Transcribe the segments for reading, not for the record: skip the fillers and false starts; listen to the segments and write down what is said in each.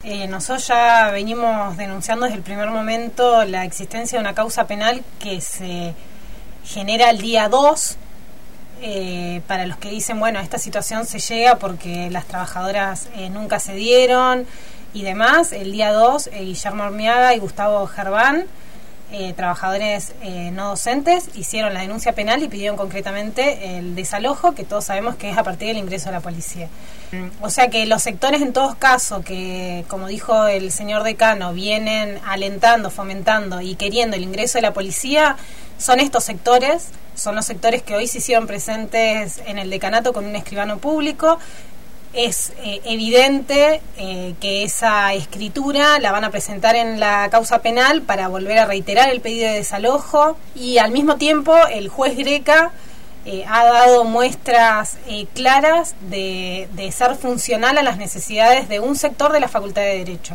Nosotros ya venimos denunciando desde el primer momento la existencia de una causa penal que se genera el día 2. Para los que dicen, bueno, esta situación se llega porque las trabajadoras nunca se dieron y demás, el día 2, Guillermo Armiaga y Gustavo Gerván, trabajadores no docentes, hicieron la denuncia penal y pidieron concretamente el desalojo, que todos sabemos que es a partir del ingreso de la policía. O sea que los sectores en todos casos que, como dijo el señor decano, vienen alentando, fomentando y queriendo el ingreso de la policía, son estos sectores, son los sectores que hoy se hicieron presentes en el decanato con un escribano público. Es evidente que esa escritura la van a presentar en la causa penal para volver a reiterar el pedido de desalojo, y al mismo tiempo el juez Greca ha dado muestras claras de ser funcional a las necesidades de un sector de la Facultad de Derecho.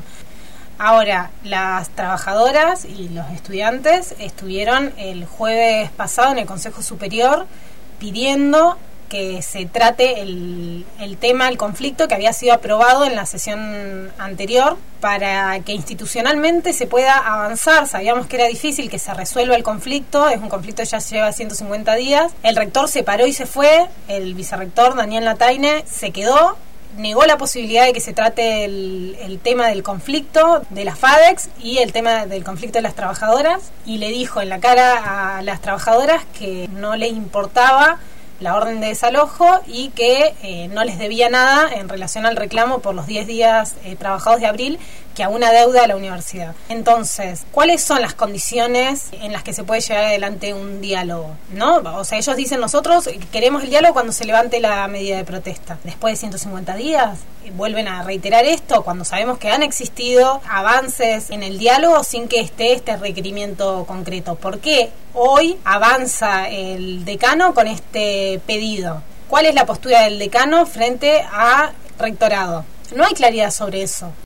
Ahora, las trabajadoras y los estudiantes estuvieron el jueves pasado en el Consejo Superior pidiendo que se trate el tema, el conflicto que había sido aprobado en la sesión anterior para que institucionalmente se pueda avanzar. Sabíamos que era difícil que se resuelva el conflicto, es un conflicto que ya lleva 150 días. El rector se paró y se fue, el vicerrector Daniel Lataine se quedó, negó la posibilidad de que se trate el tema del conflicto de las FADEX y el tema del conflicto de las trabajadoras, y le dijo en la cara a las trabajadoras que no les importaba la orden de desalojo y que no les debía nada en relación al reclamo por los 10 días trabajados de abril, que aún adeuda a la universidad. Entonces, ¿cuáles son las condiciones en las que se puede llevar adelante un diálogo? ¿No? O sea, ellos dicen, nosotros queremos el diálogo cuando se levante la medida de protesta. Después de 150 días, vuelven a reiterar esto cuando sabemos que han existido avances en el diálogo sin que esté este requerimiento concreto. ¿Por qué hoy avanza el decano con este pedido? ¿Cuál es la postura del decano frente a rectorado? No hay claridad sobre eso.